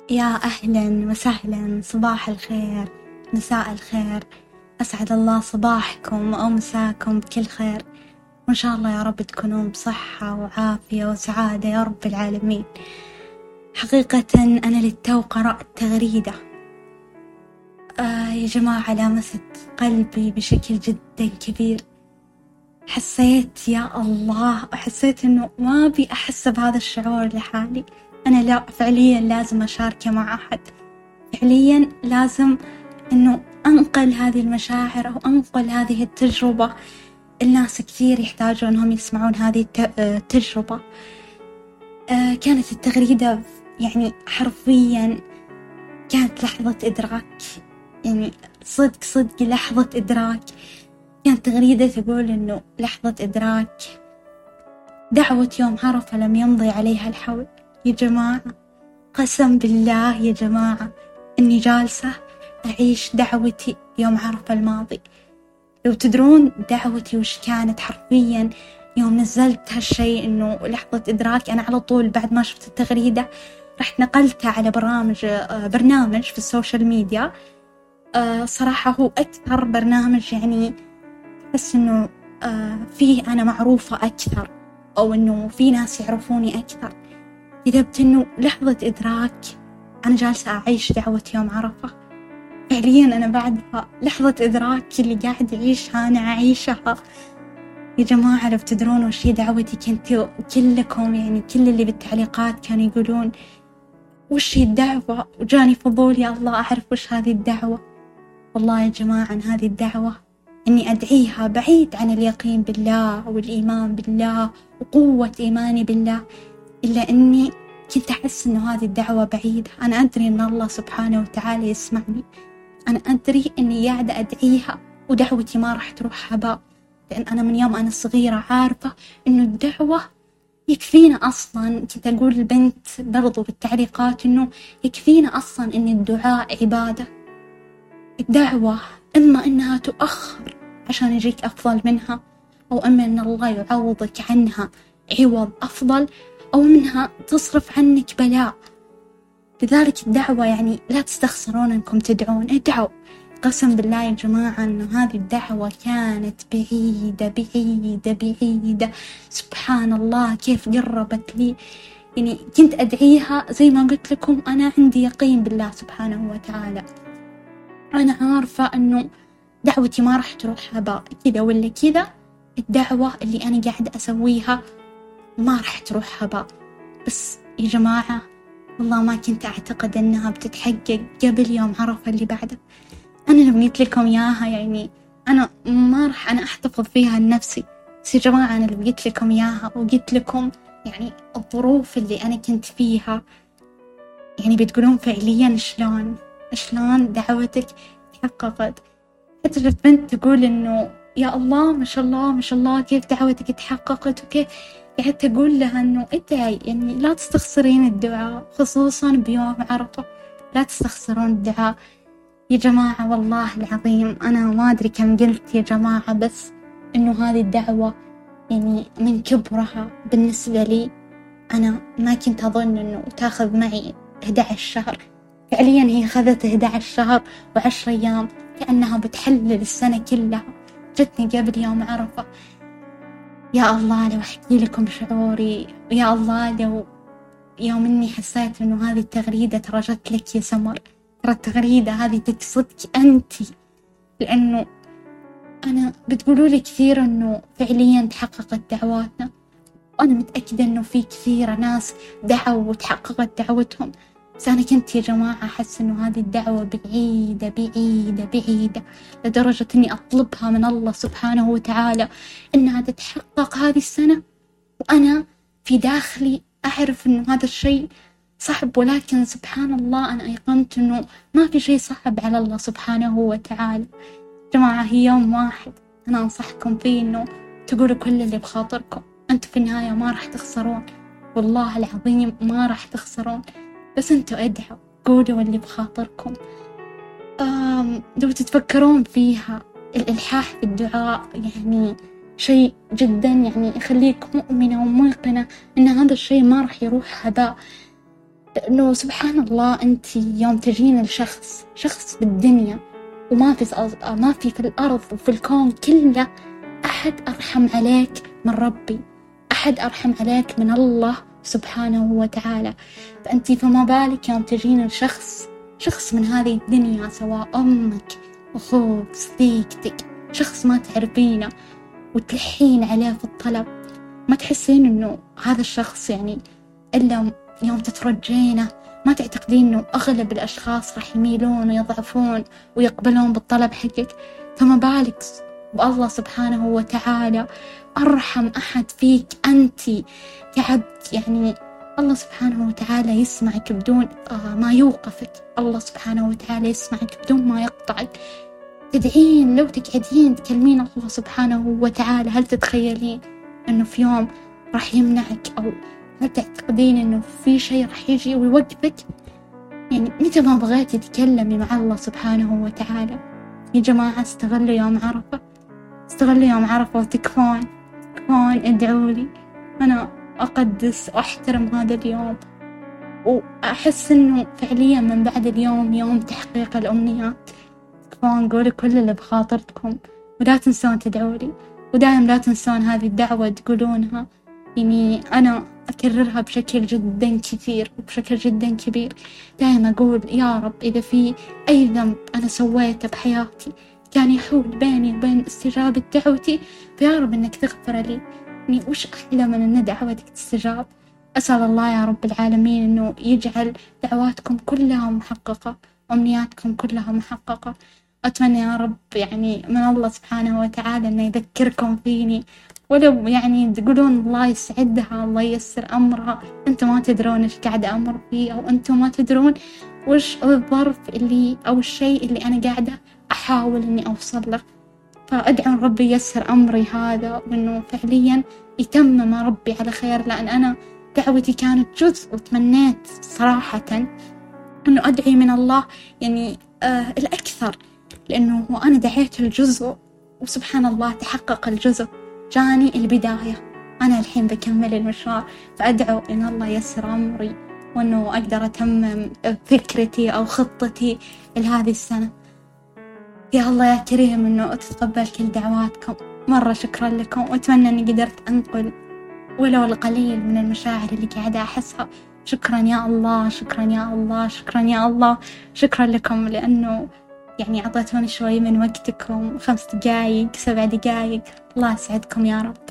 يا أهلا وسهلا، صباح الخير، مساء الخير، أسعد الله صباحكم أو مساكم بكل خير، وإن شاء الله يا رب تكونون بصحة وعافية وسعادة يا رب العالمين. حقيقة أنا للتو قرأت تغريدة يا جماعة لامست قلبي بشكل جدا كبير. حسيت يا الله، وحسيت إنه ما أبي أحس بهذا الشعور لحالي. أنا لا، فعليا لازم أشاركه مع أحد، فعليا لازم إنه أنقل هذه المشاعر أو أنقل هذه التجربة. الناس كثير يحتاجون إنهم يسمعون هذه التجربة. كانت التغريدة يعني حرفيا كانت لحظة إدراك، يعني صدق لحظة إدراك. كانت تغريدة تقول إنه لحظة إدراك، دعوة يوم عرفة لم يمضي عليها الحول. يا جماعة قسم بالله يا جماعة إني جالسة أعيش دعوتي يوم عرفة الماضي. لو تدرون دعوتي وش كانت حرفيا يوم نزلت هالشي إنه لحظة إدراك، أنا على طول بعد ما شفت التغريدة رحت نقلتها على برنامج في السوشيال ميديا. صراحة هو أكثر برنامج يعني أحس إنه فيه أنا معروفة أكثر، أو إنه في ناس يعرفوني أكثر. كتبت إنه لحظة إدراك أنا جالسة أعيش دعوة يوم عرفة. فعليا أنا بعدها لحظة إدراك اللي قاعد أعيشها أنا أعيشها. يا جماعة لو تدرون وش هي دعوتي، كنتوا كلكم يعني كل اللي بالتعليقات كانوا يقولون وش هي الدعوة، وجاني فضول يا الله أعرف وش هذه الدعوة. والله يا جماعة عن هذه الدعوة إني أدعيها بعيد عن اليقين بالله والإيمان بالله وقوة إيماني بالله، إلا أني كنت أحس إنه هذه الدعوة بعيدة. أنا أدري إن الله سبحانه وتعالى يسمعني، أنا أدري إني قاعدة أدعيها ودعوتي ما راح تروح هباء، لأن أنا من يوم أنا صغيرة عارفة إنه الدعوة يكفينا أصلاً. كنت أقول للبنت برضو بالتعليقات إنه يكفينا أصلاً إن الدعاء عبادة. الدعوة إما إنها تؤخر عشان يجيك أفضل منها، أو إما إن الله يعوضك عنها عوض أفضل، أو منها تصرف عنك بلاء. لذلك الدعوة يعني لا تستخسرون أنكم تدعون، ادعوا. قسم بالله يا جماعة أن هذه الدعوة كانت بعيدة بعيدة بعيدة، سبحان الله كيف قربت لي. يعني كنت أدعيها زي ما قلت لكم، أنا عندي يقين بالله سبحانه وتعالى، أنا عارفة أنه دعوتي ما راح تروح هباء كذا ولا كذا. الدعوة اللي أنا قاعدة أسويها ما راح تروح هباء. بس يا جماعة والله ما كنت أعتقد أنها بتتحقق قبل يوم عرفة اللي بعده. أنا لو قلت لكم إياها يعني أنا ما راح أنا أحتفظ فيها لنفسي، بس يا جماعة أنا لو قلت لكم إياها وقلت لكم يعني الظروف اللي أنا كنت فيها، يعني بتقولون فعليا شلون دعوتك تحققت. حتى شفت بنت تقول إنه يا الله ما شاء الله ما شاء الله كيف دعوتك تحققت وكيف. قعدت أقول لها إنه ادعي، يعني لا تستخسرين الدعاء خصوصا بيوم عرفة، لا تستخسرون الدعاء يا جماعة. والله العظيم أنا ما أدري كم قلت يا جماعة، بس إنه هذه الدعوة يعني من كبرها بالنسبة لي أنا ما كنت أظن إنه تاخذ معي 11 شهر. فعليا هي أخذت 11 شهر و10 أيام، كأنها بتحلل السنة كلها. جتني قبل يوم عرفة. يا الله لو أحكي لكم شعوري، يا الله لو يوم إني حسيت إنه هذه التغريدة ترى جت لك يا سمر، ترى التغريدة هذه تقصدك أنتي، لأنه أنا بتقولوا لي كثير إنه فعليا تحققت دعواتنا، وأنا متأكدة إنه في كثير ناس دعوا وتحققت دعوتهم، بس أنا كنت يا جماعة أحس إنه هذه الدعوة بعيدة بعيدة بعيدة، لدرجة إني أطلبها من الله سبحانه وتعالى إنها تتحقق هذه السنة، وأنا في داخلي أعرف إنه هذا الشيء صعب، ولكن سبحان الله أنا أيقنت إنه ما في شيء صعب على الله سبحانه وتعالى. جماعة هي يوم واحد أنا أنصحكم فيه إنه تقولوا كل اللي بخاطركم، أنتوا في النهاية ما راح تخسرون، والله العظيم ما راح تخسرون، بس أنتوا ادعوا قولوا اللي بخاطركم. لو تتفكرون فيها الإلحاح في الدعاء يعني شيء جدا يعني يخليك مؤمنة وموقنة إن هذا الشيء ما راح يروح هباء. لأنه سبحان الله أنت يوم تجين شخص بالدنيا وما في الأرض وفي الكون كله أحد أرحم عليك من ربي، أحد أرحم عليك من الله سبحانه وتعالى. فأنت فما بالك يوم تجين شخص من هذه الدنيا، سواء أمك، أخوك، صديقتك، شخص ما تعرفينه وتلحين عليه في الطلب، ما تحسين إنه هذا الشخص يعني إلا يوم تترجينه ما تعتقدين إنه أغلب الأشخاص راح يميلون ويضعفون ويقبلون بالطلب حقك؟ فما بالك بالله سبحانه وتعالى أرحم أحد فيك أنت كعبد. يعني الله سبحانه وتعالى يسمعك بدون ما يوقفك، الله سبحانه وتعالى يسمعك بدون ما يقطعك. تدعين لو تقعدين تكلمين الله سبحانه وتعالى، هل تتخيلين أنه في يوم راح يمنعك؟ أو هل تعتقدين أنه في شيء راح يجي ويوقفك؟ يعني متى ما بغيتي تتكلمي مع الله سبحانه وتعالى. يا جماعة استغلوا يوم عرفة، استغلوا يوم عرفة وتكفون ادعوا لي. أنا أقدس وأحترم هذا اليوم، وأحس إنه فعليا من بعد اليوم يوم تحقيق الأمنيات. تكفون قولوا كل اللي بخاطركم، ولا تنسون تدعوا لي، ودائما لا تنسون هذه الدعوة تقولونها. يعني أنا أكررها بشكل جدا كثير وبشكل جدا كبير. دائما أقول يا رب إذا في أي ذنب أنا سويته بحياتي كان يحول بيني وبين استجابة دعوتي، فيا رب إنك تغفر لي. يعني وش أحلى من أن دعوتك تستجاب؟ أسأل الله يا رب العالمين إنه يجعل دعواتكم كلها محققة، أمنياتكم كلها محققة. أتمنى يا رب يعني من الله سبحانه وتعالى إنه يذكركم فيني، ولو يعني تقولون الله يسعدها، الله ييسر أمرها، أنتم ما تدرون إيش قاعدة أمر فيه، أو أنتم ما تدرون وش الظرف اللي أو الشيء اللي أنا قاعدة أحاول إني أوصل له. فأدعو ربي ييسر أمري هذا، وإنه فعليا يتمم ربي على خير، لأن أنا دعوتي كانت جزء، وتمنيت صراحة إنه أدعي من الله يعني الأكثر، لأنه أنا دعيت الجزء وسبحان الله تحقق الجزء، جاني البداية، أنا الحين بكمل المشوار. فأدعو إن الله ييسر أمري، وإنه أقدر أتمم فكرتي أو خطتي لهذه السنة. يا الله يا كريم إنه تتقبل كل دعواتكم، مرة شكرا لكم، وأتمنى إني قدرت أنقل ولو القليل من المشاعر اللي قاعدة أحسها. شكرا يا الله، شكرا يا الله، شكرا يا الله، شكرا لكم، لأنه يعني أعطيتوني شوي من وقتكم، 5 دقايق 7 دقايق. الله يسعدكم يا رب.